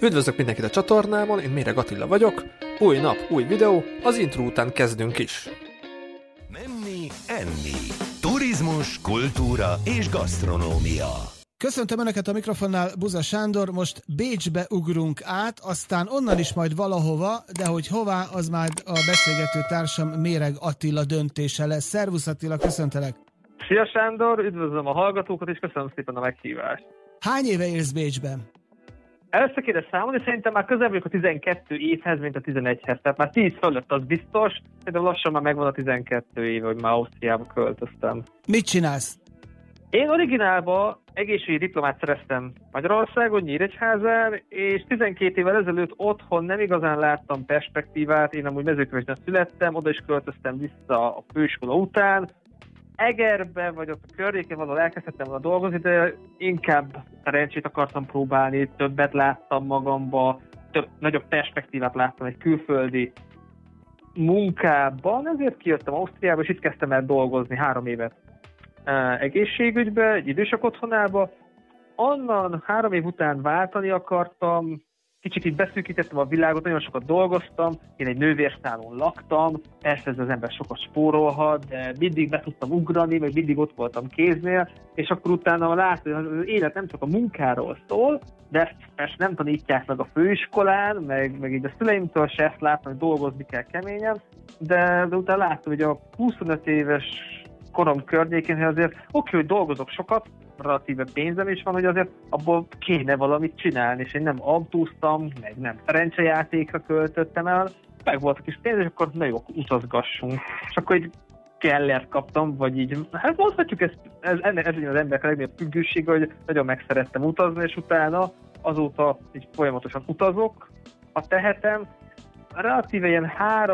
Üdvözlök mindenkit a csatornámon, én Méreg Attila vagyok. Új nap, új videó, az intro után kezdünk is. Menni, enni. Turizmus, kultúra és gasztronómia. Köszöntöm Önöket a mikrofonnál, Buza Sándor, most Bécsbe ugrunk át, aztán onnan is majd valahova, de hogy hová, az már a beszélgető társam Méreg Attila döntése lesz. Szervusz Attila, köszöntelek! Szia Sándor, üdvözlöm a hallgatókat, és köszönöm szépen a meghívást. Hány éve élsz Bécsben? Először kéne számolni, szerintem már közel vagyok a 12 évhez, mint a 11-hez, tehát már 10 fölött az biztos, de lassan már megvan a 12 év, hogy már Ausztriába költöztem. Mit csinálsz? Én originálban egészségügyi diplomát szereztem Magyarországon, Nyíregyházán, és 12 évvel ezelőtt otthon nem igazán láttam perspektívát, én amúgy Mezőkövesden születtem, oda is költöztem vissza a főiskola után. Egerbe vagy ott a környéken valahol elkezdtem volna dolgozni, de inkább szerencsét akartam próbálni, többet láttam magamba, nagyobb perspektívát láttam egy külföldi munkában, ezért kijöttem Ausztriába, és itt kezdtem el dolgozni 3 évet egészségügybe, egy idősek otthonába. Onnan 3 év után váltani akartam, kicsit így beszűkítettem a világot, nagyon sokat dolgoztam, én egy nővérszálon laktam, persze ez az ember sokat spórolhat, de mindig be tudtam ugrani, meg mindig ott voltam kéznél, és akkor utána láttam, hogy az élet nem csak a munkáról szól, de ezt persze nem tanítják meg a főiskolán, meg így a szüleimtől se ezt láttam, hogy dolgozni kell keményen, de utána láttam, hogy a 25 éves korom környékén, hogy azért hogy dolgozok sokat, relatíve pénzem is van, hogy azért abból kéne valamit csinálni, és én nem autóztam, meg nem szerencsejátékra költöttem el, meg volt a kis pénz, és akkor na jó, utazgassunk. És akkor egy kellert kaptam, vagy így, hát mondhatjuk, ez az emberek a legnagyobb függősége, hogy nagyon megszerettem utazni, és utána azóta így folyamatosan utazok, ha tehetem. Relatíve ilyen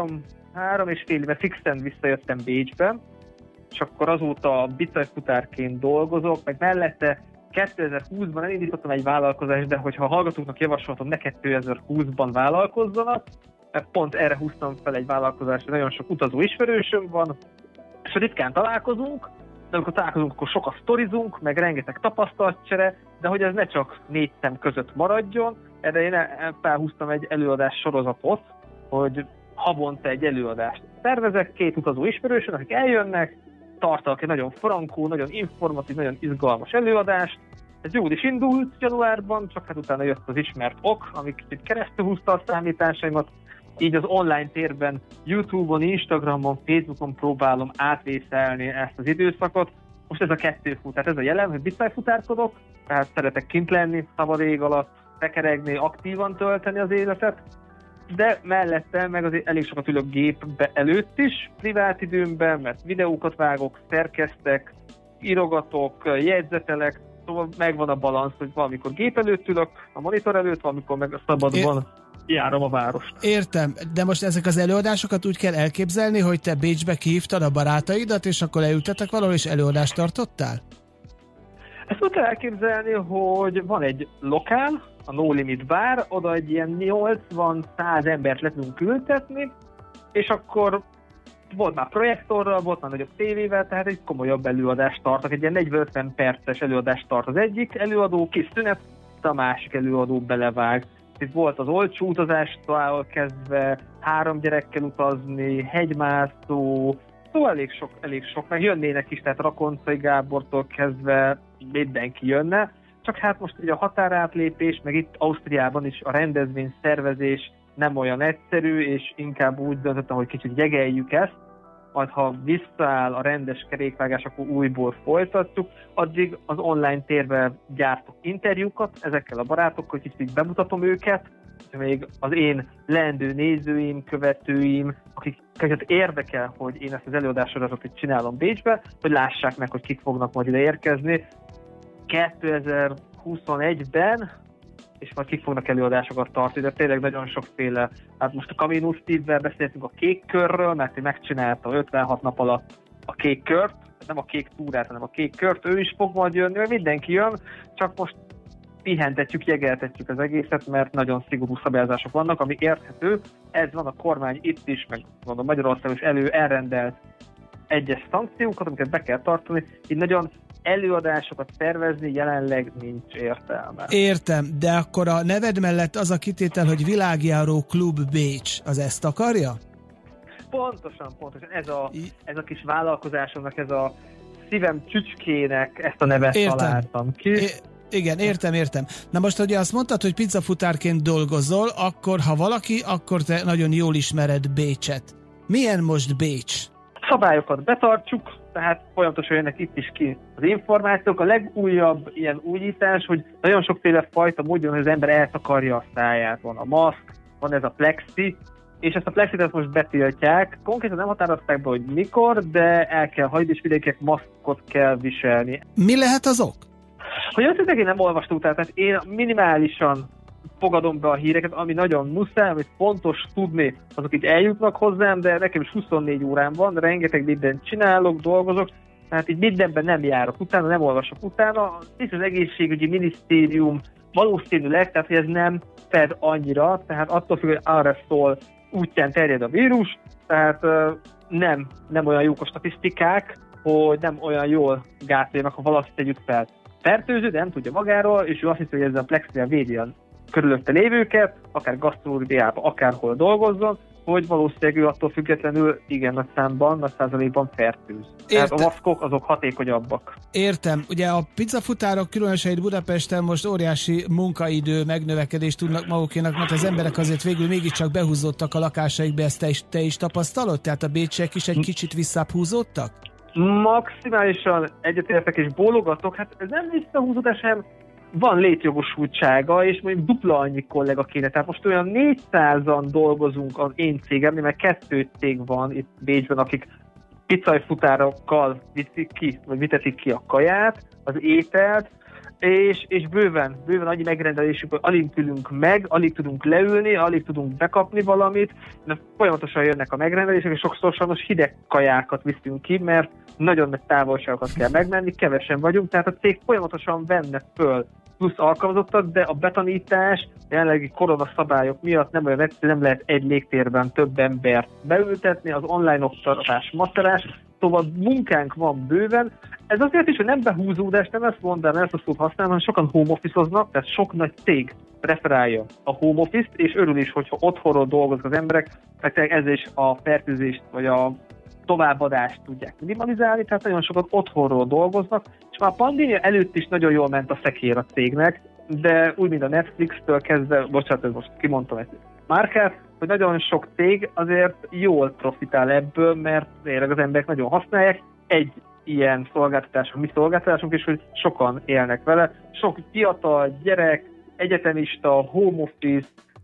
3,5 éve fixen visszajöttem Bécsbe, és akkor azóta bicajfutárként dolgozok, meg mellette 2020-ban elindítottam egy vállalkozást, de hogyha a hallgatóknak javasoltam, ne 2020-ban vállalkozzanak, mert pont erre húztam fel egy vállalkozást, hogy nagyon sok utazó ismerősöm van, és ritkán találkozunk, de amikor találkozunk, akkor sokat sztorizunk, meg rengeteg tapasztalatcsere, de hogy ez ne csak 4 szem között maradjon, erre én felhúztam egy előadás sorozatot, hogy havonta egy előadást szervezek 2 utazó ismerősön, akik eljönnek, tartanak egy nagyon frankó, nagyon informatív, nagyon izgalmas előadást. Ez jól is indult januárban, csak hát utána jött az ismert ok, amik kicsit keresztül húzta a számításaimat. Így az online térben, YouTube-on, Instagramon, Facebookon próbálom átvészelni ezt az időszakot. Most ez a 2 fut, tehát ez a jelen, hogy bicajfutárkodok, tehát szeretek kint lenni, szabad ég alatt, tekeregni, aktívan tölteni az életet. De mellette meg azért elég sokat ülök gépbe előtt is, privát időmben, mert videókat vágok, szerkesztek, írogatok, jegyzetelek, szóval megvan a balansz, hogy valamikor gép előtt ülök, a monitor előtt, valamikor meg a szabadban járom a várost. Értem, de most ezek az előadásokat úgy kell elképzelni, hogy te Bécsbe kihívtad a barátaidat, és akkor leültetek valahol, és előadást tartottál? Ezt úgy kell elképzelni, hogy van egy lokál, a No Limit Bar, oda egy ilyen 80-100 embert le tudunk ültetni, és akkor volt már projektorral, volt már nagyobb tévével, tehát egy komolyabb előadást tartok, egy ilyen 40-50 perces előadást tart az egyik előadó, kis szünet, a másik előadó belevág. Itt volt az olcsó utazástól kezdve, 3 gyerekkel utazni, hegymászó, szóval elég sok, meg jönnének is, tehát Rakoncai Gábortól kezdve mindenki jönne. Csak hát most ugye a határátlépés, meg itt Ausztriában is a rendezvény szervezés nem olyan egyszerű, és inkább úgy döntöttem, hogy kicsit jegeljük ezt, majd ha visszaáll a rendes kerékvágás, akkor újból folytatjuk. Addig az online térben gyártok interjúkat ezekkel a barátokkal, hogy kicsit bemutatom őket, és még az én leendő nézőim, követőim, akiket érdekel, hogy én ezt az előadásodat itt csinálom Bécsbe, hogy lássák meg, hogy kik fognak majd ide érkezni 2021-ben, és majd kik fognak előadásokat tartani, de tényleg nagyon sokféle. Hát most a Camino Steve-vel beszéltünk a kék körről, mert ő megcsinálta 56 nap alatt a kék kört, nem a kék túrát, hanem a kék kört, ő is fog majd jönni, mert mindenki jön, csak most pihentetjük, jegeltetjük az egészet, mert nagyon szigorú szabályozások vannak, ami érthető. Ez van a kormány itt is, meg mondom Magyarországon is elrendelt egyes szankciókat, amiket be kell tartani. Így nagyon előadásokat szervezni jelenleg nincs értelme. Értem, de akkor a neved mellett az a kitétel, hogy Világjáró Klub Bécs, az ezt akarja? Pontosan. Ez a kis vállalkozásomnak, ez a szívem csücskének ezt a nevet találtam ki. Igen, értem. Na most ugye azt mondtad, hogy pizzafutárként dolgozol, akkor ha valaki, akkor te nagyon jól ismered Bécset. Milyen most Bécs? Szabályokat betartsuk, tehát folyamatosan jönnek itt is ki az információk. A legújabb ilyen újítás, hogy nagyon sokféle fajta módon, hogy az ember eltakarja a száját. Van a maszk, van ez a plexi, és ezt a plexit most betiltják. Konkrétan nem határozták be, hogy mikor, de el kell hagyni, és mindenkinek maszkot kell viselni. Mi lehet az ok? Hogy azt én nem olvastam utána, tehát én minimálisan fogadom be a híreket, ami nagyon muszáj, amit fontos tudni, azok így eljutnak hozzám, de nekem is 24 órám van, rengeteg mindent csinálok, dolgozok, tehát így mindenben nem járok utána, nem olvasok utána. És az egészségügyi minisztérium valószínűleg, tehát hogy ez nem fed annyira, tehát attól függ, hogy arra szól, útján terjed a vírus, tehát nem olyan jók a statisztikák, hogy nem olyan jól gátoljanak, ha valakit tegyük fel. Fertőző, de nem tudja magáról, és ő azt hiszi, hogy ezzel a plexivel védi a körülötte lévőket, akár gasztronómiában, akárhol dolgozzon, hogy valószínűleg ő attól függetlenül igen nagy számban, nagy százalékban fertőz. Tehát a maszkok azok hatékonyabbak. Értem. Ugye a pizzafutárok, különösen itt Budapesten most óriási munkaidő megnövekedést tudnak magukénak, mert az emberek azért végül mégiscsak behúzódtak a lakásaikbe, ezt te is tapasztalod? Tehát a bécsiek is egy kicsit visszább húzódtak? Maximálisan egyetértek és bólogatok, hát ez nem visszahúzódás, hanem van létjogosultsága, és mondjuk dupla annyi kollega kéne. Tehát most olyan 400-an dolgozunk az én cégemnél, mert 2 cég van itt Bécsben, akik pizzaifutárokkal vitetik ki a kaját, az ételt, és bőven annyi megrendelésük, hogy alig ülünk meg, alig tudunk leülni, alig tudunk bekapni valamit, de folyamatosan jönnek a megrendelések, és sokszor sajnos hideg kajákat viszünk ki, mert nagyon nagy távolságokat kell megmenni, kevesen vagyunk, tehát a cég folyamatosan venne föl plusz alkalmazottat, de a betanítás jelenlegi koronaszabályok miatt nem olyan egyszerű, nem lehet egy légtérben több embert beültetni, az online oktatás macerás, szóval munkánk van bőven. Ez azért is, hogy nem behúzódás, nem ezt mondanám, nem ezt a szót használom, hanem sokan home office-oznak, tehát sok nagy cég preferálja a home office-t, és örül is, hogyha otthonról dolgoznak az emberek, mert ezzel is a fertőzést vagy a továbbadást tudják minimalizálni, tehát nagyon sokat otthonról dolgoznak, és már a pandémia előtt is nagyon jól ment a szekér a cégnek, de úgy, mint a Netflix-től kezdve, bocsánat, most kimondtam egy márkát, hogy nagyon sok cég azért jól profitál ebből, mert tényleg az emberek nagyon használják. Egy ilyen szolgáltatásunk, mi szolgáltatásunk is, hogy sokan élnek vele. Sok fiatal, gyerek, egyetemista, home office,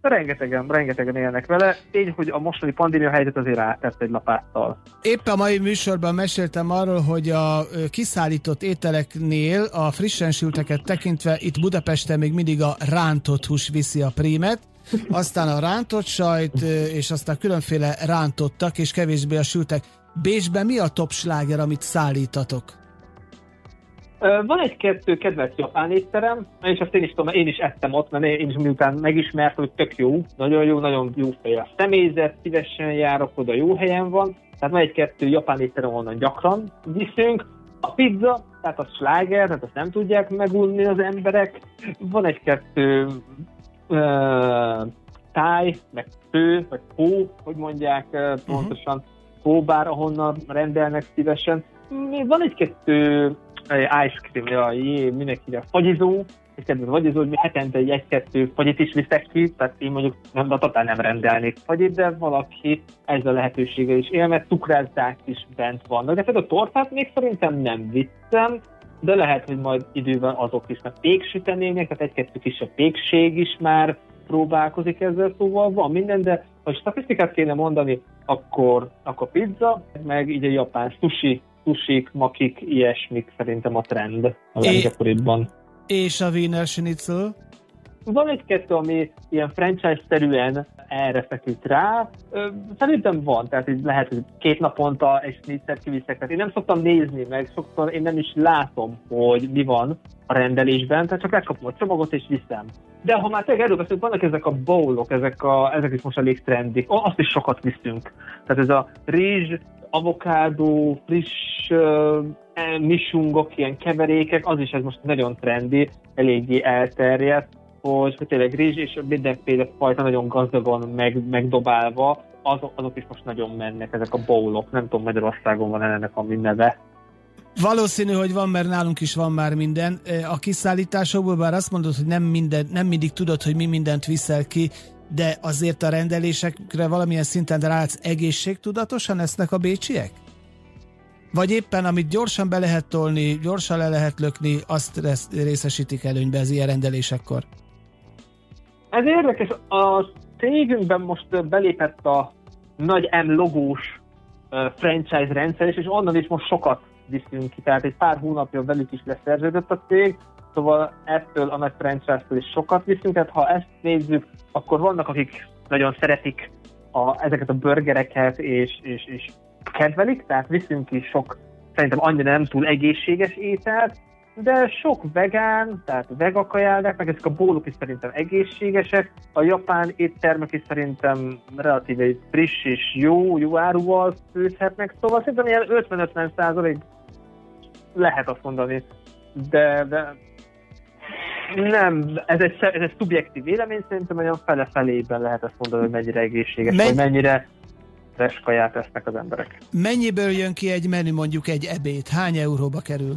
rengetegen élnek vele. Tény, hogy a mostani pandémia helyzet azért átett egy lapáttal. Éppen a mai műsorban meséltem arról, hogy a kiszállított ételeknél a frissen sülteket tekintve itt Budapesten még mindig a rántott hús viszi a prímet, aztán a rántott sajt, és aztán különféle rántottak, és kevésbé a sültek. Bécsben mi a top sláger, amit szállítatok? Van egy-kettő kedvenc japán étterem, és azt én is tudom, én is ettem ott, mert én is miután megismertem, hogy tök jó, nagyon jó fej a személyzet, szívesen járok oda, jó helyen van, tehát van egy-kettő japán étterem, onnan gyakran viszünk. A pizza, tehát a sláger, tehát azt nem tudják megunni az emberek. Van egy-kettő táj, meg fő, vagy pó, hogy mondják pontosan, póbár, ahonnan rendelnek szívesen. Van egy-kettő ice cream, mindenki a fagyizó, és kedves fagyizó, hogy mi hetente egy-kettő fagyit is viszek ki, tehát én mondjuk totál nem rendelnék fagyit, de valaki ezzel a lehetőséggel is él, mert cukrázzák is bent vannak. De például a tortát még szerintem nem viszem, de lehet, hogy majd idővel azok is, mert péksütemények, tehát egy-kettő kisebb pékség is már próbálkozik ezzel, szóval van minden, de ha statisztikát kéne mondani, akkor pizza, meg így a japán sushik, makik, ilyesmik szerintem a trend a leggyakoribbban. És a Wiener Schnitzel? Van egy-kettő, ami ilyen franchise-szerűen erre feküdt rá. Szerintem van, tehát így lehet, hogy 2 naponta egy schnitzel kiviszek. Tehát én nem szoktam nézni meg, sokszor én nem is látom, hogy mi van a rendelésben, tehát csak megkapom a csomagot és viszem. De ha már tényleg erről beszélünk, vannak ezek a bowlok, ezek is most elég trendik. Azt is sokat viszünk. Tehát ez a rizs, avokádó, friss misungok, ilyen keverékek, az is ez most nagyon trendi, eléggé elterjedt, hogy tényleg rizs és mindenféle fajta nagyon gazdagon megdobálva, azok is most nagyon mennek, ezek a bowlok. Nem tudom, Magyarországon van ennek a neve. Valószínű, hogy van, mert nálunk is van már minden. A kiszállításokból bár azt mondod, hogy nem mindig tudod, hogy mi mindent viszel ki, de azért a rendelésekre valamilyen szinten rálátsz, egészségtudatosan esznek a bécsiek? Vagy éppen, amit gyorsan be lehet tolni, gyorsan le lehet lökni, azt részesítik előnybe az ilyen rendelésekkor? Ez érdekes, a cégünkben most belépett a nagy M logós franchise rendszer, és onnan is most sokat viszünk ki, tehát egy pár hónapja velük is leszerződött a cég, szóval ettől a nagy franchise-től is sokat viszünk, tehát ha ezt nézzük, akkor vannak, akik nagyon szeretik ezeket a burgereket, és kedvelik, tehát viszünk is sok, szerintem annyira nem túl egészséges ételt, de sok vegán, tehát vegakajáldák, meg ezek a bólok is szerintem egészségesek, a japán éttermek is szerintem relatíve friss és jó áruval főzhetnek, szóval szerintem ilyen 50-50% lehet azt mondani, de nem, ez egy szubjektív vélemény, szerintem olyan fele-felében lehet azt mondani, hogy mennyire egészséges, vagy mennyire fresh kaját esznek az emberek. Mennyiből jön ki egy menü, mondjuk egy ebéd? Hány euróba kerül?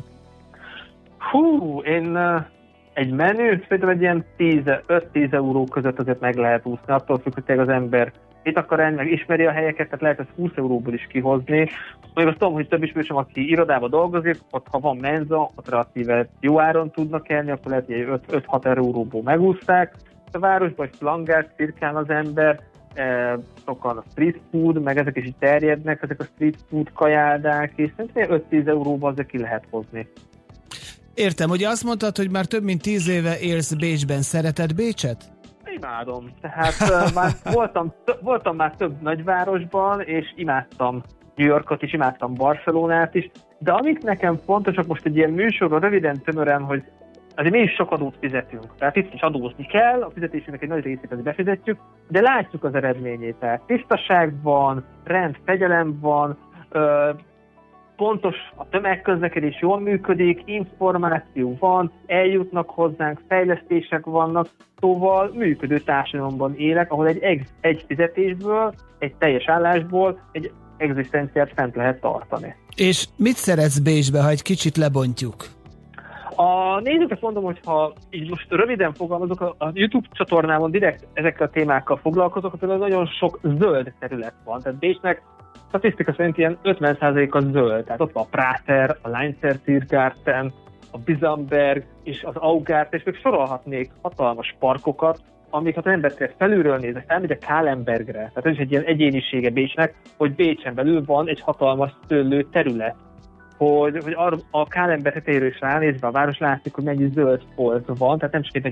Egy menü, szerintem egy ilyen 5-10 euró között azért meg lehet úszni, attól függ, hogy az ember mit akar enni, meg ismeri a helyeket, tehát lehet ezt 20 euróból is kihozni. Még azt tudom, hogy több ismerősöm, aki irodában dolgozik, ott ha van menza, ott relatíve jó áron tudnak enni, akkor lehet, hogy 5-6 euróból megúszták. A városban egy flangert cirkál az ember, sokan a street food, meg ezek is így terjednek, ezek a street food kajáldák, és szerintem 5-10 euróba azért ki lehet hozni. Értem, ugye azt mondtad, hogy már több mint 10 éve élsz Bécsben. Szereted Bécset? Imádom. Tehát már voltam már több nagyvárosban, és imádtam New Yorkot is, imádtam Barcelonát is, de amik nekem fontosak most egy ilyen műsorban röviden, tömören, hogy azért mi is sok adót fizetünk. Tehát itt is adózni kell, a fizetésünknek egy nagy részét befizetjük, de látjuk az eredményét. Tehát tisztaság van, rend, fegyelem van, pontos a tömegközlekedés jól működik, információ van, eljutnak hozzánk, fejlesztések vannak, szóval működő társadalomban élek, ahol egy fizetésből, egy teljes állásból egy egzisztenciát fent lehet tartani. És mit szeretsz Bécsbe, ha egy kicsit lebontjuk? A nézőket mondom, hogy ha így most röviden fogalmazok, a YouTube csatornámon direkt ezekkel a témákkal foglalkozok, például nagyon sok zöld terület van, tehát Bécsnek statisztika szerint ilyen 50% a zöld, tehát ott van a Prater, a Leinzer Tiergarten, a Bisamberg és az Augarten, és még sorolhatnék hatalmas parkokat, amiket az ember felülről néznek, elmegy a Kahlenbergre, tehát ez is egy ilyen egyénisége Bécsnek, hogy Bécsen belül van egy hatalmas szőlő terület, hogy a Kahlenberg tetejéről is ránézve a város látszik, hogy mennyi zöld folt van, tehát nem csak egy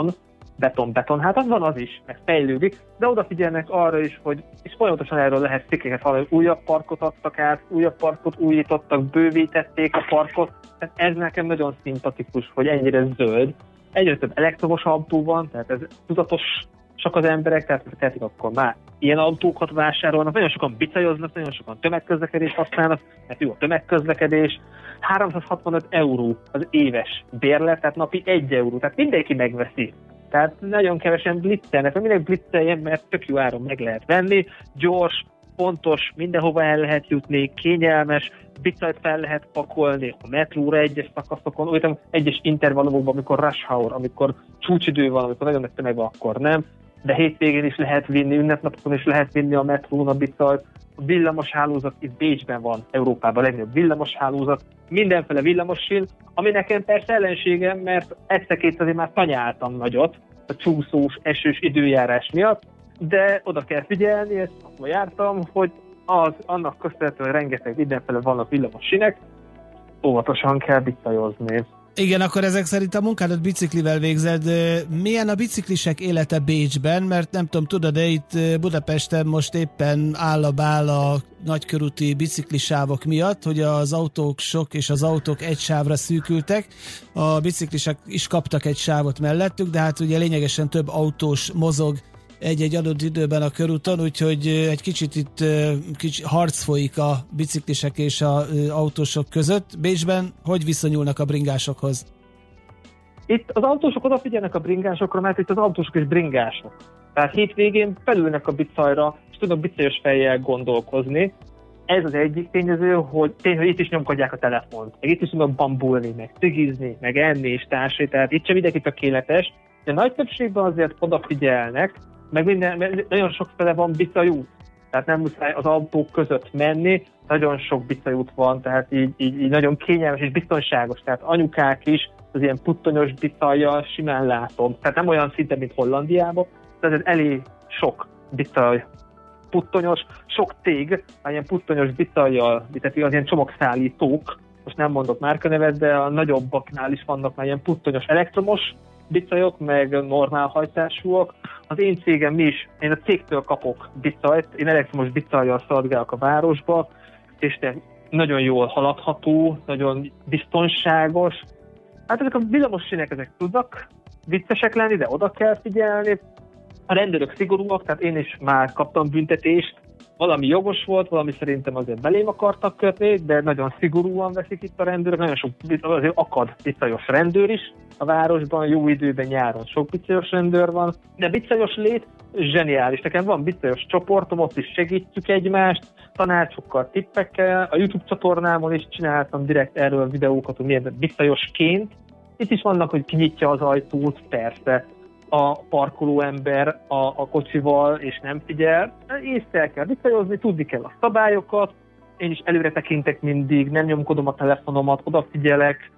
beton, hát az van az is, meg fejlődik, de odafigyelnek arra is, hogy és folyamatosan erről lehet cikkeket hallani, hogy újabb parkot adtak át, újabb parkot újítottak, bővítették a parkot, tehát ez nekem nagyon szimpatikus, hogy ennyire zöld. Egyre több elektromos autó van, tehát ez tudatos csak az emberek, tehát tehetik, akkor már ilyen autókat vásárolnak, nagyon sokan bicajoznak, nagyon sokan tömegközlekedést használnak, mert jó a tömegközlekedés, 365 euró az éves bérlet, tehát napi 1 euró, tehát mindenki megveszi. Tehát nagyon kevesen blitzelnek, mert mindenki blitzeljen, mert tök jó áron meg lehet venni, gyors, pontos, mindenhova el lehet jutni, kényelmes, bicajt fel lehet pakolni a metróra egyes szakaszokon, olyan egyes intervallumokban, amikor rush hour, amikor csúcsidő van, amikor nagyon nagy tömeg van, akkor nem, de hétvégén is lehet vinni, ünnepnapokon is lehet vinni a metrón a bicajt. A villamos hálózat itt Bécsben van, Európában a legnagyobb villamos hálózat, mindenféle villamosin, ami nekem persze ellenségem, mert egyszer-kétszer azért már tanyáltam nagyot a csúszós, esős időjárás miatt, de oda kell figyelni, ezt akkor jártam, hogy annak köszönhetően rengeteg mindenféle vannak villamossinek, óvatosan kell bicajozni. Igen, akkor ezek szerint a munkádat biciklivel végzed. Milyen a biciklisek élete Bécsben? Mert nem tudom, tudod, de itt Budapesten most éppen áll a bál a nagykörúti biciklisávok miatt, hogy az autók sok és az autók egy sávra szűkültek. A biciklisek is kaptak egy sávot mellettük, de hát ugye lényegesen több autós mozog egy-egy adott időben a körúton, úgyhogy egy kicsit itt harc folyik a biciklisek és az autósok között. Bécsben hogy viszonyulnak a bringásokhoz? Itt az autósok odafigyelnek a bringásokra, mert itt az autósok is bringások. Tehát hétvégén felülnek a bicajra, és tudnak bicajos fejjel gondolkozni. Ez az egyik tényező, hogy itt is nyomkodják a telefont. Meg itt is tudnak bambulni, meg cigizni, meg enni és társai. Tehát itt sem mindenki tökéletes, de nagy többségben azért odafigyelnek, meg nagyon sokféle van bicajút. Tehát nem muszáj az autók között menni, nagyon sok bicajút van, tehát így nagyon kényelmes és biztonságos. Tehát anyukák is az ilyen puttonyos bicajjal simán látom. Tehát nem olyan szinte, mint Hollandiában, de ez elég sok bicaj puttonyos, sok cég, ilyen puttonyos bicajjal, tehát az ilyen csomagszállítók, most nem mondok márkanevet, de a nagyobbaknál is vannak már ilyen puttonyos elektromos bicajok, meg normál hajtásúak. Az én cégem is, én a cégtől kapok bicajt, én elektromos bicajjal szaladgálok a városba, és nagyon jól haladható, nagyon biztonságos. Hát ezek a villamos sínek, ezek tudnak viccesek lenni, de oda kell figyelni. A rendőrök szigorúak, tehát én is már kaptam büntetést. Valami jogos volt, valami szerintem azért belém akartak kötni, de nagyon szigorúan veszik itt a rendőrök. Nagyon sok azért akad bicajos rendőr is a városban, jó időben, nyáron sok bicajos rendőr van. De bicajos lét zseniális. Nekem van bicajos csoportom, ott is segítjük egymást, tanácsokkal, tippekkel. A YouTube csatornámon is csináltam direkt erről videókat, hogy milyen bicajosként. Itt is vannak, hogy kinyitja az ajtót, persze. A parkoló ember a kocsival, és nem figyel. Észre kell vicajozni, tudni kell a szabályokat, én is előre tekintek mindig, nem nyomkodom a telefonomat, odafigyelek,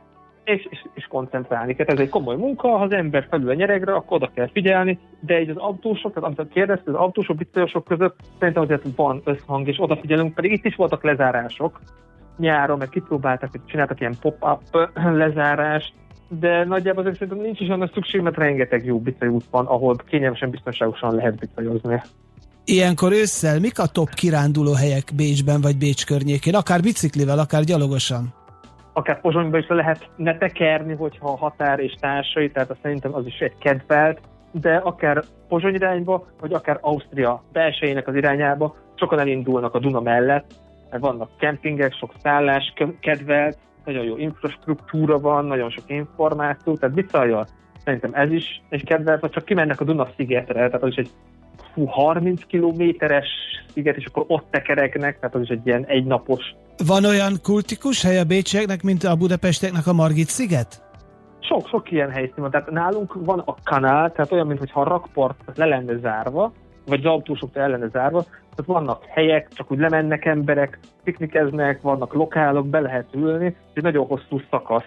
és koncentrálni kell. Ez egy komoly munka, ha az ember felül a nyeregre, akkor oda kell figyelni, de így az autósok, tehát amit kérdezte, az autósok, bicajosok között szerintem azért van összhang, és odafigyelünk, pedig itt is voltak lezárások nyáron, meg kipróbáltak, hogy csináltak ilyen pop-up lezárást, de nagyjából azért szerintem nincs is olyan szükség, mert rengeteg jó bicajút van, ahol kényelmesen, biztonságosan lehet bicajozni. Ilyenkor ősszel mik a top kiránduló helyek Bécsben vagy Bécs környékén? Akár biciklivel, akár gyalogosan? Akár Pozsonyban is lehetne tekerni, hogyha a határ és társai, tehát szerintem az is egy kedvelt, de akár Pozsony irányba, vagy akár Ausztria belsejének az irányába, sokan elindulnak a Duna mellett, mert vannak kempingek, sok szállás kedvelt, nagyon jó infrastruktúra van, nagyon sok információ, tehát bicajjal szerintem ez is egy kedvelt, vagy csak kimennek a Duna-szigetre, tehát az is egy 30 kilométeres sziget, és akkor ott tekereknek, tehát az is egy ilyen egynapos. Van olyan kultikus hely a bécsieknek, mint a budapestieknek a Margit-sziget? Sok ilyen helyszín van, tehát nálunk van a kanál, tehát olyan, mintha a rakpart le lenne zárva, vagy az autósoktól el lenne zárva, tehát vannak helyek, csak úgy lemennek emberek, piknikeznek, vannak lokálok, be lehet ülni, és nagyon hosszú szakasz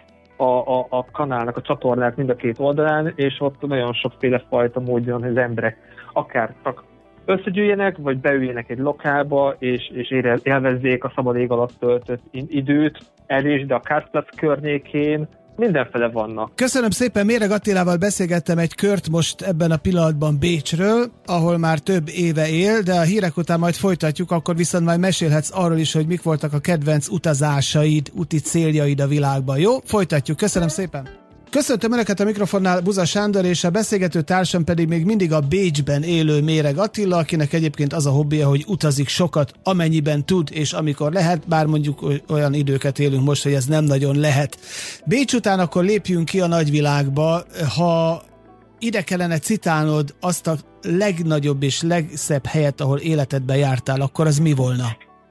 a kanálnak, a csatornák mind a két oldalán, és ott nagyon sokféle fajta módja, hogy az emberek akár csak összegyűjjenek, vagy beüljenek egy lokálba, és élvezzék a szabad ég alatt töltött időt, de a Kárplatz környékén, mindenfele vannak. Köszönöm szépen, Méreg Attilával beszélgettem egy kört most ebben a pillanatban Bécsről, ahol már több éve él, de a hírek után majd folytatjuk, akkor viszont majd mesélhetsz arról is, hogy mik voltak a kedvenc utazásaid, úti céljaid a világban. Jó? Folytatjuk. Köszönöm szépen! Köszöntöm Önöket a mikrofonnál, Buza Sándor, és a beszélgető társam pedig még mindig a Bécsben élő Méreg Attila, akinek egyébként az a hobbija, hogy utazik sokat, amennyiben tud, és amikor lehet, bár mondjuk olyan időket élünk most, hogy ez nem nagyon lehet. Bécs után akkor lépjünk ki a nagyvilágba. Ha ide kellene citálnod azt a legnagyobb és legszebb helyet, ahol életedben jártál, akkor az mi volna?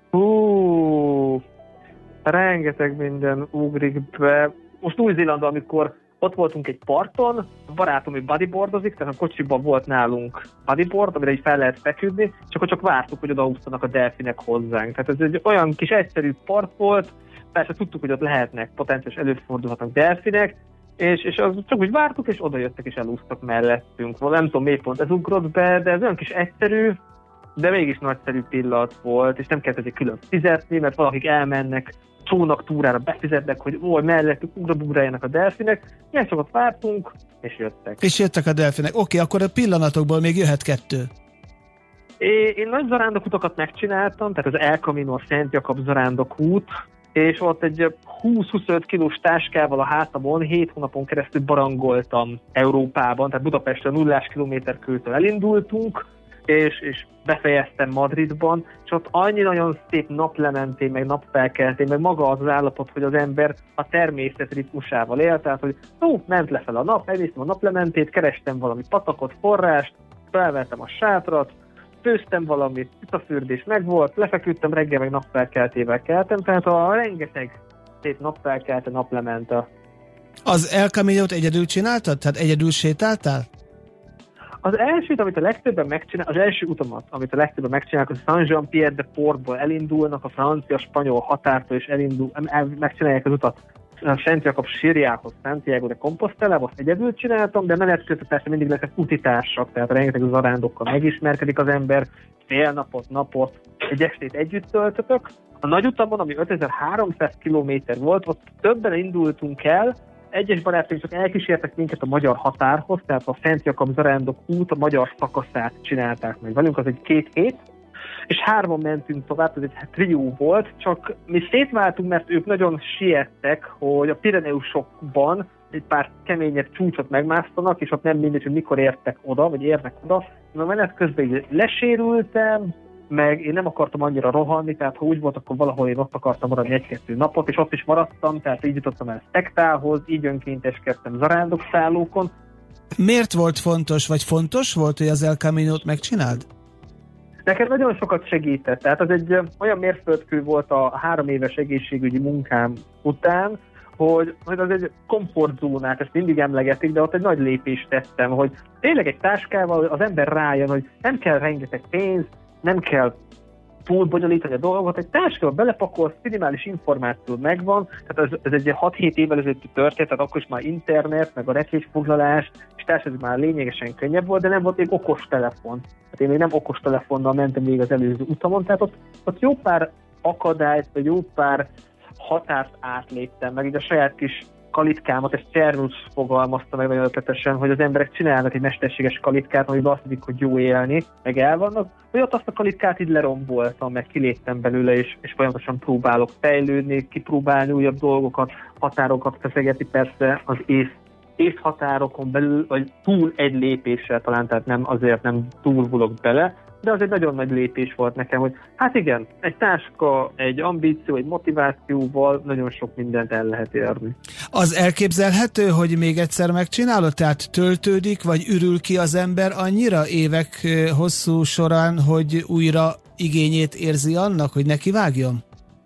Rengeteg minden ugrik be. Most Új-Zélandon, amikor ott voltunk egy parton, a barátom így bodyboardozik, tehát a kocsiban volt nálunk bodyboard, amire így fel lehet feküdni, és akkor csak vártuk, hogy odahúztanak a delfinek hozzánk. Tehát ez egy olyan kis egyszerű part volt, persze tudtuk, hogy ott lehetnek, potenciális előfordulhatnak delfinek, és az csak úgy vártuk, és odajöttek, és elúsztak mellettünk. Nem tudom, miért pont ez ugrott be, de ez olyan kis egyszerű, de mégis nagyszerű pillanat volt, és nem kellett egy külön fizetni, mert valakik elmennek csónak túrára, befizetnek, hogy mellettük ugrabugráljanak a delfinek. Ilyen sokat vártunk, és jöttek. És jöttek a delfinek. Oké, akkor a pillanatokból még jöhet kettő. Én nagy zarándokutakat megcsináltam, tehát az El Camino Szent Jakab zarándokút, és ott egy 20-25 kilós táskával a hátamon 7 hónapon keresztül barangoltam Európában, tehát Budapesten 0 kilométer kőtől elindultunk, és befejeztem Madridban, és ott annyi nagyon szép naplementén, meg napfelkeltén, meg maga az állapot, hogy az ember a természet ritmusával él, tehát hogy ment lefelé a nap, elnéztem a naplementét, kerestem valami patakot, forrást, felvettem a sátrat, főztem valamit, pitafürdés megvolt, lefeküdtem, reggel meg napfelkeltével keltem, tehát a rengeteg szép napfelkelte, naplemente. Az El Caminót egyedül csináltad? Tehát egyedül sétáltál? Az elsőt, amit a legtöbben megcsinálnak, az első utamat, amit a legtöbben megcsinálnak, az Saint-Jean-Pied-de-Portból elindulnak a francia-spanyol határtól, és megcsinálják az utat Szent Jakab sírjához, Santiago de Compostelába, azt egyedül csináltam, de menet közben persze mindig lesznek utitársak, tehát rengeteg zarándokkal megismerkedik az ember, fél napot, egy estét együtt töltötök. A nagy utamon, ami 5300 km volt, ott többen indultunk el, egyes barátaink csak elkísértek minket a magyar határhoz, tehát a Szent Jakab zarándok út a magyar szakaszát csinálták meg velünk, az egy 2 hét, és 3 mentünk tovább, ez egy trió volt, csak mi szétváltunk, mert ők nagyon siettek, hogy a Pireneusokban egy pár keményebb csúcsot megmásztanak, és ott nem mindegy, hogy mikor értek oda, vagy érnek oda. A menet közben így lesérültem, meg én nem akartam annyira rohanni, tehát ha úgy volt, akkor valahol én ott akartam maradni 1-2 napot, és ott is maradtam, tehát így jutottam el Szektához, így önkénteskedtem zarándokszállókon. Miért volt fontos, vagy fontos volt, hogy az El Caminót megcsináld? Nekem nagyon sokat segített, tehát az egy olyan mérföldkő volt a 3 éves egészségügyi munkám után, hogy az egy komfortzónát, ezt mindig emlegetik, de ott egy nagy lépést tettem, hogy tényleg egy táskával az ember rájön, hogy nem kell rengeteg pénz, nem kell túl bonyolítani a dolgot, egy táskába belepakolsz, minimális információ megvan, tehát ez egy 6-7 évvel ezelőtti történet, tehát akkor is már internet, meg a repülésfoglalás, és társadalmi már lényegesen könnyebb volt, de nem volt még okostelefon. Hát én még nem okostelefonnal mentem még az előző utamon, tehát ott jó pár akadályt, vagy jó pár határt átléptem, meg így a saját kis kalitkámat, ezt Csernus fogalmazta meg nagyon ötletesen, hogy az emberek csinálnak egy mesterséges kalitkát, amiben azt hiszik, hogy jó élni, meg elvannak, vagy ott azt a kalitkát így leromboltam, meg kiléptem belőle, és folyamatosan próbálok fejlődni, kipróbálni újabb dolgokat, határokat feszegetni, persze az észhatárokon belül, vagy túl egy lépéssel talán, tehát nem túlvulok bele, de az egy nagyon nagy lépés volt nekem, hogy hát igen, egy táska, egy ambíció, egy motivációval nagyon sok mindent el lehet érni. Az elképzelhető, hogy még egyszer megcsinálod? Tehát töltődik, vagy ürül ki az ember annyira évek hosszú során, hogy újra igényét érzi annak, hogy nekivágjon?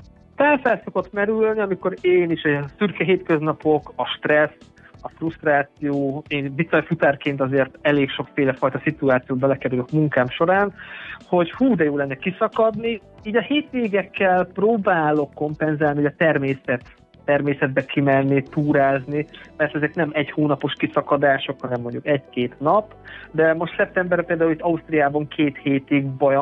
Fel szokott merülni, amikor én is a szürke hétköznapok, a stressz, a frusztráció, én bicajfutárként azért elég sokféle fajta szituációt belekerülök munkám során, hogy de jó lenne kiszakadni, így a hétvégekkel próbálok kompenzálni, hogy a természetbe kimenni, túrázni, mert ezek nem 1 hónapos kiszakadások, hanem mondjuk 1-2 nap, de most szeptemberben például itt Ausztriában 2 hétig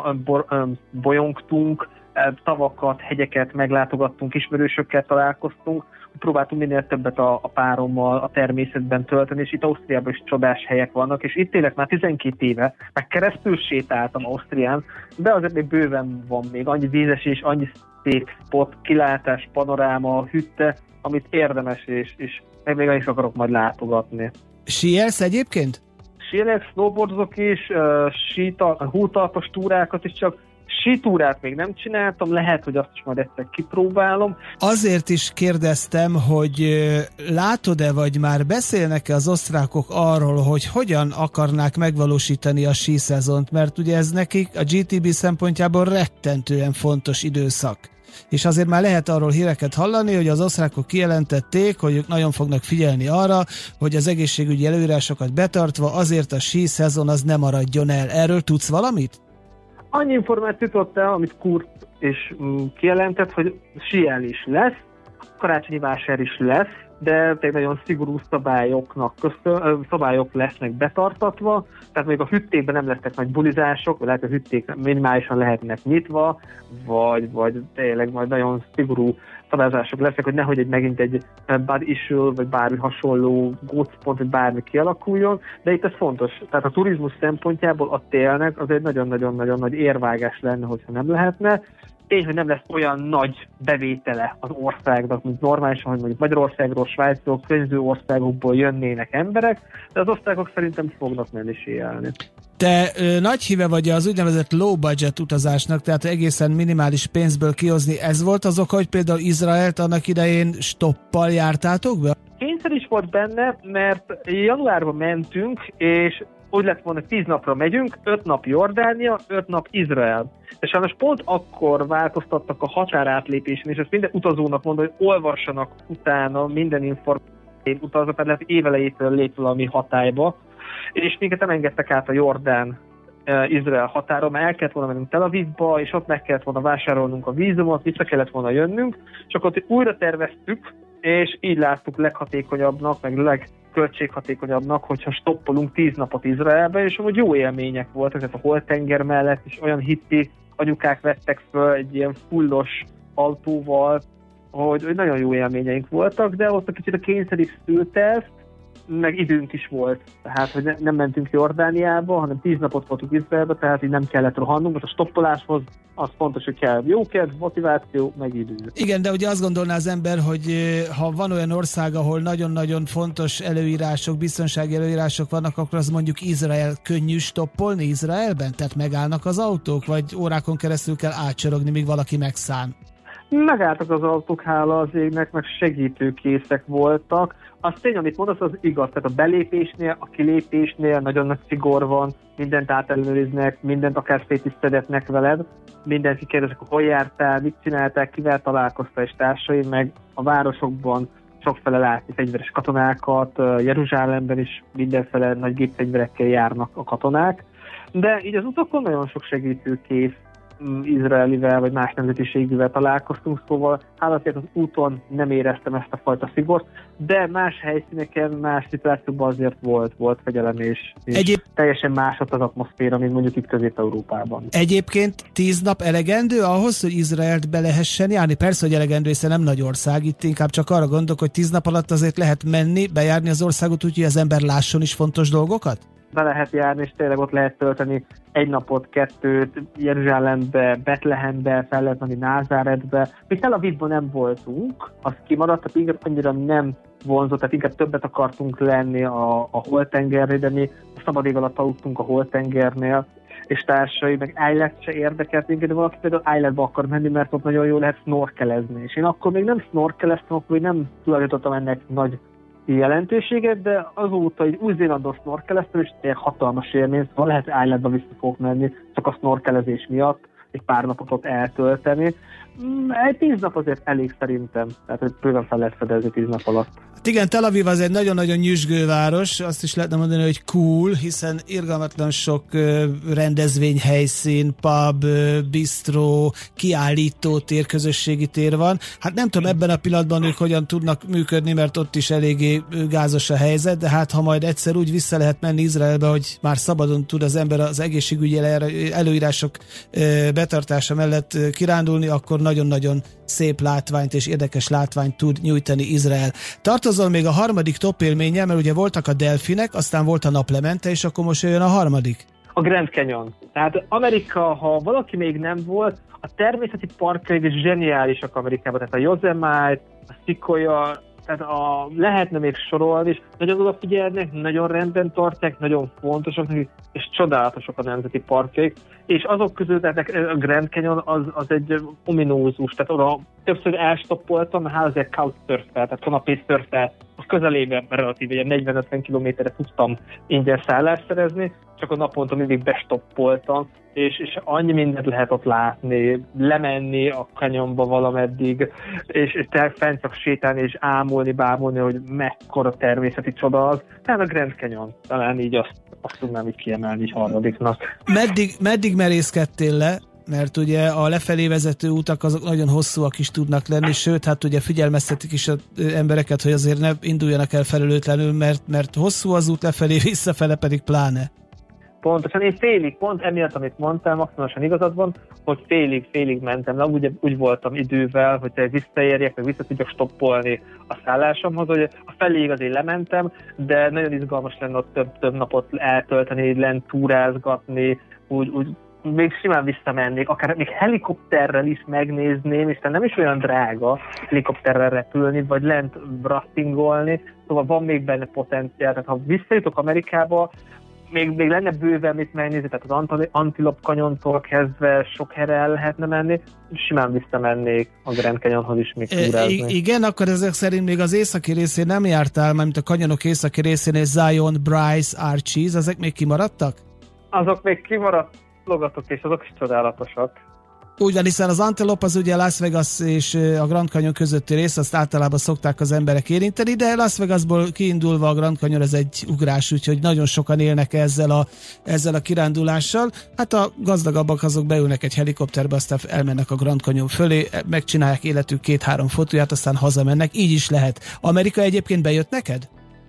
bolyongtunk, tavakat, hegyeket meglátogattunk, ismerősökkel találkoztunk, próbáltunk minél többet a párommal a természetben tölteni, és itt Ausztriában is csodás helyek vannak, és itt élek már 12 éve, meg keresztül sétáltam Ausztrián, de azért még bőven van még annyi vízesés, annyi szép spot, kilátás, panoráma, hütte, amit érdemes, és még is akarok majd látogatni. Síelsz egyébként? Síelek, snowboardozok is, hótalpas túrákat is, csak sítúrát még nem csináltam, lehet, hogy azt is majd egyszer kipróbálom. Azért is kérdeztem, hogy látod-e, vagy már beszélnek-e az osztrákok arról, hogy hogyan akarnák megvalósítani a síszezont, mert ugye ez nekik a GTB szempontjából rettentően fontos időszak. És azért már lehet arról híreket hallani, hogy az osztrákok kijelentették, hogy ők nagyon fognak figyelni arra, hogy az egészségügyi előírásokat betartva azért a síszezon az nem maradjon el. Erről tudsz valamit? Annyi információt jutott el, amit Kurt is kijelentett, hogy síelés lesz, karácsonyi vásár is lesz, de tényleg nagyon szigorú szabályok lesznek betartatva, tehát még a hüttékben nem lesznek nagy bulizások, vagy lehet, hogy a hütték minimálisan lehetnek nyitva, vagy tényleg majd nagyon szigorú szabályozások lesznek, hogy nehogy megint egy bad issue, vagy bármi hasonló gócpont, vagy bármi kialakuljon, de itt ez fontos. Tehát a turizmus szempontjából a télnek az egy nagyon-nagyon-nagyon nagy érvágás lenne, hogyha nem lehetne. tény, hogy nem lesz olyan nagy bevétele az országnak, mint normálisan, hogy mondjuk Magyarországról, Svájcról, környező országokból jönnének emberek, de az osztrákok szerintem fognak menni sétálni. Te nagy híve vagy az úgynevezett low budget utazásnak, tehát egészen minimális pénzből kihozni. Ez volt az oka, hogy például Izraelt annak idején stoppal jártátok be? Kényszer is volt benne, mert januárban mentünk, és úgy lett volna, 10 napra megyünk, 5 nap Jordánia, 5 nap Izrael. És sajnos pont akkor változtattak a határátlépésen, és ezt minden utazónak mondom, hogy olvassanak utána minden információt utaznak, mert lehet évelejétől lép valami hatályba, és minket nem engedtek át a Jordán-Izrael határon, mert el kellett volna mennünk Tel Avivba, és ott meg kellett volna vásárolnunk a vízumot, vissza kellett volna jönnünk, és akkor újra terveztük, és így láttuk leghatékonyabbnak, meg legköltséghatékonyabbnak, hogyha stoppolunk 10 napot Izraelbe, és amúgy jó élmények voltak, tehát a Holtenger mellett is olyan hippi anyukák vettek föl egy ilyen fullos autóval, hogy nagyon jó élményeink voltak, de ott a kicsit a kényszer is szülte ezt, meg időnk is volt. Tehát, hogy nem mentünk Jordániába, hanem 10 napot voltunk Izraelbe, tehát így nem kellett rohannunk. Most a stoppoláshoz az fontos, hogy kell jókedv, motiváció, meg idő. Igen, de ugye azt gondolná az ember, hogy ha van olyan ország, ahol nagyon-nagyon fontos előírások, biztonsági előírások vannak, akkor az mondjuk Izrael. Könnyű stoppolni Izraelben? Tehát megállnak az autók, vagy órákon keresztül kell átcsorogni, míg valaki megszán? Megálltak az autók, hála az égnek, meg segítőkészek voltak. Az tény, amit mondasz, az igaz. Tehát a belépésnél, a kilépésnél nagyon nagy szigor van, mindent átellenőriznek, mindent akár szét is szedetnek veled, mindenki kérdezik, hogy hol jártál, mit csináltál, kivel találkoztál és társai, meg a városokban sokfele látni fegyveres katonákat, Jeruzsálemben is mindenfele nagy gépfegyverekkel járnak a katonák, de így az utakon nagyon sok segítőkész izraelivel vagy más nemzetiségűvel találkoztunk, szóval hálatér az úton nem éreztem ezt a fajta szigort, de más helyszíneken, más szituációkban azért volt fegyelem, és teljesen más az atmoszféra, mint mondjuk itt Közép-Európában. Egyébként 10 nap elegendő ahhoz, hogy Izraelt be lehessen járni? Persze, hogy elegendő, hiszen nem nagy ország, itt inkább csak arra gondolok, hogy 10 nap alatt azért lehet menni, bejárni az országot, úgyhogy az ember lásson is fontos dolgokat? Be lehet járni, és tényleg ott lehet tölteni 1 napot, 2 Jeruzsálembe, Betlehembe, fel lehet menni Názáretbe. Mi Tel Avivban nem voltunk, az kimaradt, tehát inkább annyira nem vonzott, tehát inkább többet akartunk lenni a Holtengernél, de mi a szabad ég alatt aludtunk a Holtengernél, és társai, meg Eilat se érdekelt minket, de valaki például Eilatba akar menni, mert ott nagyon jól lehet snorkelezni. És én akkor még nem snorkeleztem, akkor még nem tulajdonítottam ennek nagy jelentőséget, de azóta egy Új-Zélandon snorkeleztem, és tényleg hatalmas élmény, szóval lehet Eilatba vissza fogok menni, csak a snorkelezés miatt, egy pár napot ott eltölteni. Egy 10 nap azért elég szerintem, tehát hogy bőven fel lehet fedezni 10 nap alatt. Hát igen, Tel Aviv az egy nagyon-nagyon nyüzsgő város, azt is lehetne mondani, hogy cool, hiszen irgalmatlan sok rendezvényhelyszín, pub, bistró, kiállítótér, közösségi tér van. Hát nem tudom ebben a pillanatban ők hogyan tudnak működni, mert ott is eléggé gázos a helyzet, de hát ha majd egyszer úgy vissza lehet menni Izraelbe, hogy már szabadon tud az ember az egészségügyi előírások betartása mellett kirándulni, akkor nagyon-nagyon szép látványt és érdekes látványt tud nyújtani Izrael. Tartozol még a harmadik top élménnyel, mert ugye voltak a delfinek, aztán volt a naplemente, és akkor most jön a harmadik. A Grand Canyon. Tehát Amerika, ha valaki még nem volt, a természeti parkjaik is zseniálisak Amerikában, tehát a Yosemite, a Sequoia, tehát lehetne még sorolni, és nagyon odafigyelnek, nagyon rendben tartják, nagyon fontosak, és csodálatosak a nemzeti parkjaik, és azok közül, tehát a Grand Canyon az egy ominózus, tehát oda többször elstoppoltam, mert azért couchsurfel, tehát kanapé-szörfel, a közelében relatíve 40-50 kilométerre tudtam ingyen szállást szerezni, csak a naponta mindig bestoppoltam, és annyi mindent lehet ott látni, lemenni a kanyonba valameddig, és fent csak sétálni és bámulni, hogy mekkora természeti csoda az. Tehát a Grand Canyon, talán így azt tudnám így kiemelni így harmadiknak. Meddig merészkedtél le? Mert ugye a lefelé vezető utak azok nagyon hosszúak is tudnak lenni, sőt, hát ugye figyelmeztetik is az embereket, hogy azért ne induljanak el felelőtlenül, mert hosszú az út lefelé, visszafele pedig pláne. Pontosan, én pont emiatt, amit mondtam, maximálisan igazad van, hogy félig mentem le, úgy voltam idővel, hogy visszaérjek, meg vissza tudjak stoppolni a szállásomhoz, hogy a feléig azért lementem, de nagyon izgalmas lenne ott több napot eltölteni, lent túrázgatni, úgy még simán visszamennék, akár még helikopterrel is megnézném, és nem is olyan drága helikopterrel repülni, vagy lent raftingolni, szóval van még benne potenciál, tehát ha visszajutok Amerikába, még lenne bőven mit megnézni, tehát az Antelope Canyontól kezdve sok helyre el lehetne menni, simán visszamennék a Grand Canyonhoz is még túrázni. Igen, akkor ezek szerint még az északi részén nem jártál, mert a kanyonok északi részén és Zion, Bryce, Archies, ezek még kimaradtak? Azok még kimaradt logatok, és azok is csodálatosak. Úgy van, hiszen az Antelope az ugye Las Vegas és a Grand Canyon közötti rész, azt általában szokták az emberek érinteni, de Las Vegasból kiindulva a Grand Canyon ez egy ugrás, úgyhogy nagyon sokan élnek ezzel a kirándulással. Hát a gazdagabbak azok beülnek egy helikopterbe, aztán elmennek a Grand Canyon fölé, megcsinálják életük 2-3 fotóját, aztán hazamennek, így is lehet. Amerika egyébként bejött neked?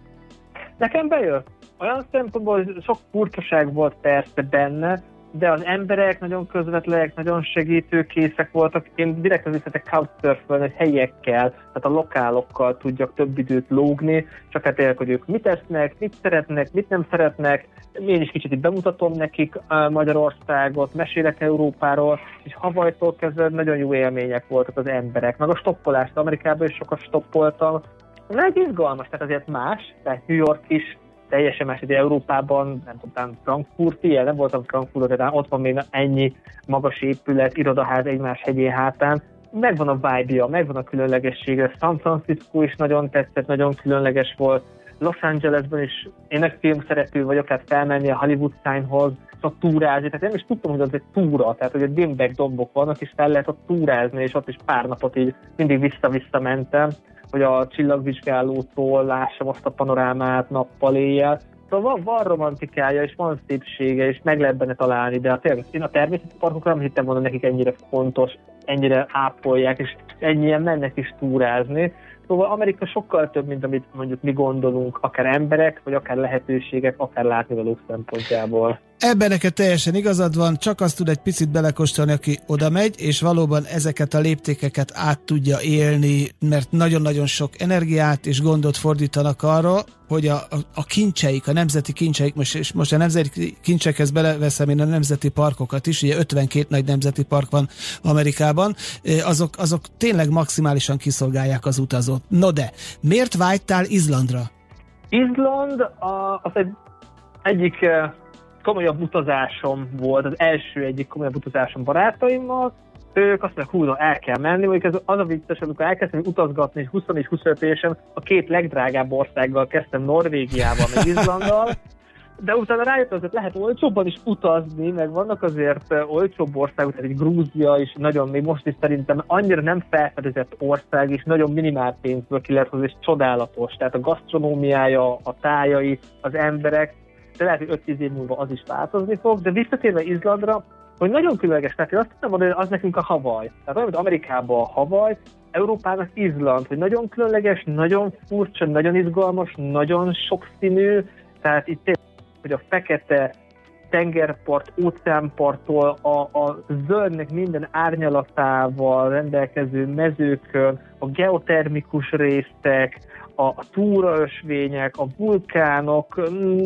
Nekem bejött. Olyan szempontból sok furcsaság volt persze benne, de az emberek nagyon közvetlenek, nagyon segítőkészek voltak. Én direkt az üzletek couchsurfölni, hogy helyiekkel, tehát a lokálokkal tudjak több időt lógni, csak hát tényleg, hogy ők mit esznek, mit szeretnek, mit nem szeretnek. Én is kicsit bemutatom nekik Magyarországot, mesélek Európáról, és Hawaiitól kezdve nagyon jó élmények voltak az emberek. Meg a stoppolást, Amerikában is sokat stoppoltam. Nagyon izgalmas, tehát azért más, tehát New York is teljesen más, hogy Európában, nem tudom, Frankfurt, ilyen, nem voltam Frankfurton, de ott van még ennyi magas épület, irodaház egymás hegyén hátán. Megvan a vibe-ja, megvan a különlegessége. San Francisco is nagyon tetszett, nagyon különleges volt. Los Angelesben is, én egy filmszereplő vagyok, tehát felmenni a Hollywood Signhoz, ott túrázni, tehát én is tudtam, hogy az egy túra, tehát hogy a dimbek dombok vannak, és fel lehet ott túrázni, és ott is pár napot így mindig vissza-vissza mentem, hogy a csillagvizsgálótól lássam azt a panorámát nappal éjjel. Szóval van romantikája, és van szépsége, és meg lehet benne találni, de én a természeti parkokra nem hittem volna nekik ennyire fontos, ennyire ápolják, és ennyien mennek is túrázni. Szóval Amerika sokkal több, mint amit mondjuk mi gondolunk, akár emberek, vagy akár lehetőségek, akár látnivalók szempontjából. Ebben neked teljesen igazad van, csak azt tud egy picit belekóstolni, aki oda megy, és valóban ezeket a léptékeket át tudja élni, mert nagyon-nagyon sok energiát és gondot fordítanak arra, hogy a kincseik, a nemzeti kincseik, most a nemzeti kincsekhez beleveszem én a nemzeti parkokat is, ugye 52 nagy nemzeti park van Amerikában, azok tényleg maximálisan kiszolgálják az utazót. No de, miért vágytál Izlandra? Izland az egyik komolyabb utazásom volt, az első egyik komolyabb utazásom barátaimmal. Ők azt mondják, el kell menni, mondjuk ez az a vicces, amikor elkezdtem utazgatni, és 20 és 25 évesen a két legdrágább országgal kezdtem, Norvégiával, meg Izlanddal, de utána rájöttem, hogy lehet olcsóbban is utazni, meg vannak azért olcsóbb országok, tehát egy Grúzia is nagyon, még most is szerintem annyira nem felfedezett ország, és nagyon minimál pénzből ki lehet hozni, és csodálatos. Tehát a gasztronómiája, a tájai, az emberek, de lehet, hogy 5-10 év múlva az is változni fog, de visszatérve Izlandra, hogy nagyon különleges, tehát én azt tudtam mondani, hogy az nekünk a Hawaii. Tehát olyan, mint Amerikában a Hawaii, Európának Izland, hogy nagyon különleges, nagyon furcsa, nagyon izgalmas, nagyon sokszínű, tehát itt tényleg, hogy a fekete tengerpart, óceánparttól a zöldnek minden árnyalatával rendelkező mezőkön, a geotermikus részek, a túraösvények, a vulkánok,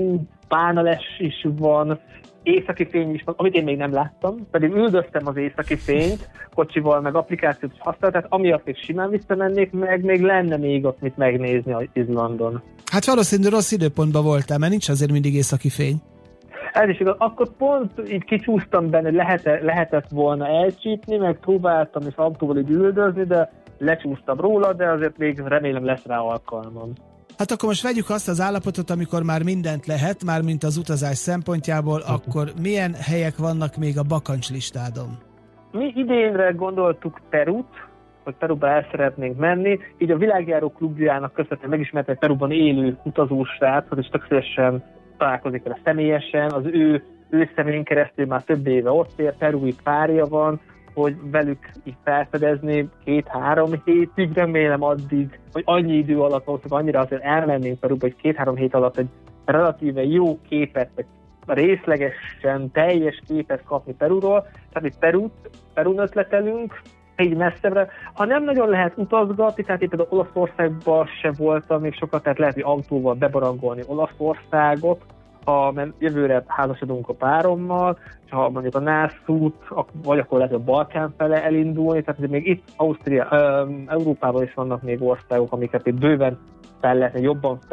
bánales is van, északi fény is van, amit én még nem láttam, pedig üldöztem az északi fényt, kocsival, meg applikációt is használtam, tehát amiatt még simán visszamennék, meg még lenne még ott mit megnézni az Izlandon. Hát valószínűleg rossz időpontban voltál, mert nincs azért mindig északi fény. Ez is igaz. Akkor pont így kicsúsztam benne, hogy lehetett volna elcsípni, meg próbáltam és autóval így üldözni, de lecsúsztam róla, de azért még remélem lesz rá alkalmam. Hát akkor most vegyük azt az állapotot, amikor már mindent lehet, már mint az utazás szempontjából, akkor milyen helyek vannak még a bakancslistádon? Mi idénre gondoltuk Perut, hogy Peruba el szeretnénk menni, így a Világjáró klubjának köszönhetően megismertem egy Peruban élő utazósrácot, és tök szívesen találkozik vele személyesen, az ő személyén keresztül már több éve ott ér, perui párja van, hogy velük így felfedezni 2-3 hétig, remélem addig, hogy annyi idő alatt, annyira azért elmennénk Peruba, hogy 2-3 hét alatt egy relatíve jó képet, vagy részlegesen teljes képet kapni Peruról, tehát itt Perun ötletelünk, így messzebbre. Ha nem nagyon lehet utazgatni, tehát éppen Olaszországban se voltam még sokat, tehát lehet, hogy autóval bebarangolni Olaszországot, ha jövőre házasodunk a párommal, és ha mondjuk a nászút, vagy akkor lehet a Balkán fele elindulni, tehát még itt Európában is vannak még országok, amiket itt bőven fel lehetne,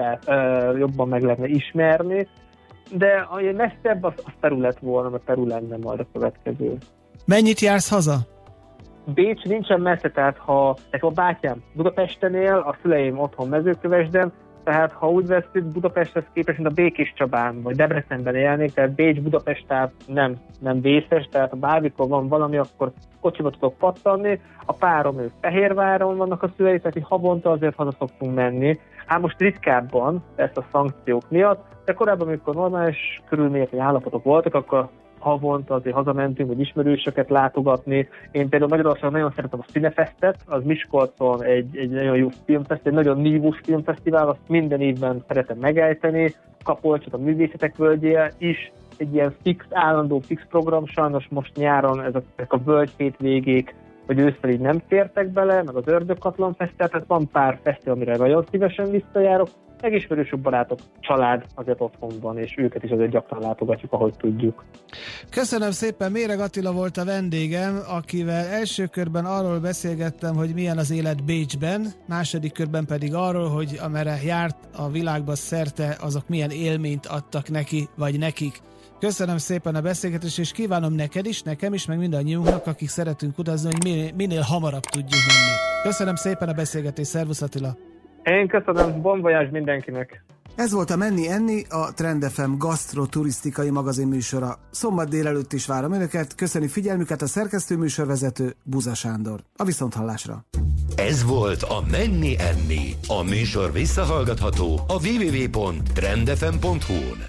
jobban meg lehetne ismerni, de a messzebb az Peru lett volna, mert Peru lenne majd a következő. Mennyit jársz haza? Bécs nincsen messze, tehát a bátyám Budapesten él, a szüleim otthon Mezőkövesden, tehát ha úgy veszük, Budapesthez képest, mint a Békés Csabán, vagy Debrecenben élnék, tehát Bécs-Budapest tehát nem vészes, tehát ha bármikor van valami, akkor kocsiba tudok pattanni. A párom, ők Fehérváron vannak a szülei, tehát havonta azért haza szoktunk menni. Most ritkábban, ezt a szankciók miatt, de korábban, amikor normális körülmények vagy állapotok voltak, akkor havonta azért hazamentünk, vagy ismerősöket látogatni. Én például Magyarországon nagyon szeretem a Színefestet, az Miskolcon egy nagyon jó filmfesztivál, egy nagyon nívós filmfesztivál, azt minden évben szeretem megejteni. Kapolcsot, a Művészetek Völgyéje is egy ilyen állandó fix program, sajnos most nyáron ezek a völgy hétvégék, vagy ősszel így nem fértek bele, meg az Ördögkatlan Fesztivál, tehát van pár fesztivál, amire nagyon szívesen visszajárok, meg ismerősök, barátok, család azért otthon van, és őket is azért gyakran látogatjuk, ahogy tudjuk. Köszönöm szépen, Méreg Attila volt a vendégem, akivel első körben arról beszélgettem, hogy milyen az élet Bécsben, második körben pedig arról, hogy amerre járt a világba szerte, azok milyen élményt adtak neki, vagy nekik. Köszönöm szépen a beszélgetést, és kívánom neked is, nekem is, meg mindannyiunknak, akik szeretünk utazni, hogy minél hamarabb tudjunk menni. Köszönöm szépen a beszélgetést, szervusz Attila! Én köszönöm, bon voyage mindenkinek! Ez volt a Menni Enni, a Trend FM gasztroturisztikai magazin műsora. Szombat délelőtt is várom önöket, köszöni figyelmüket a szerkesztő műsorvezető Buza Sándor. A viszonthallásra! Ez volt a Menni Enni. A műsor visszahallgatható a www.trendfm.hu-n.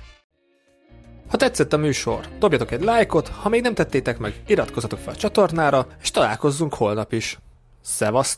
Ha tetszett a műsor, dobjatok egy lájkot, ha még nem tettétek meg, iratkozzatok fel a csatornára, és találkozzunk holnap is. Szevasztok!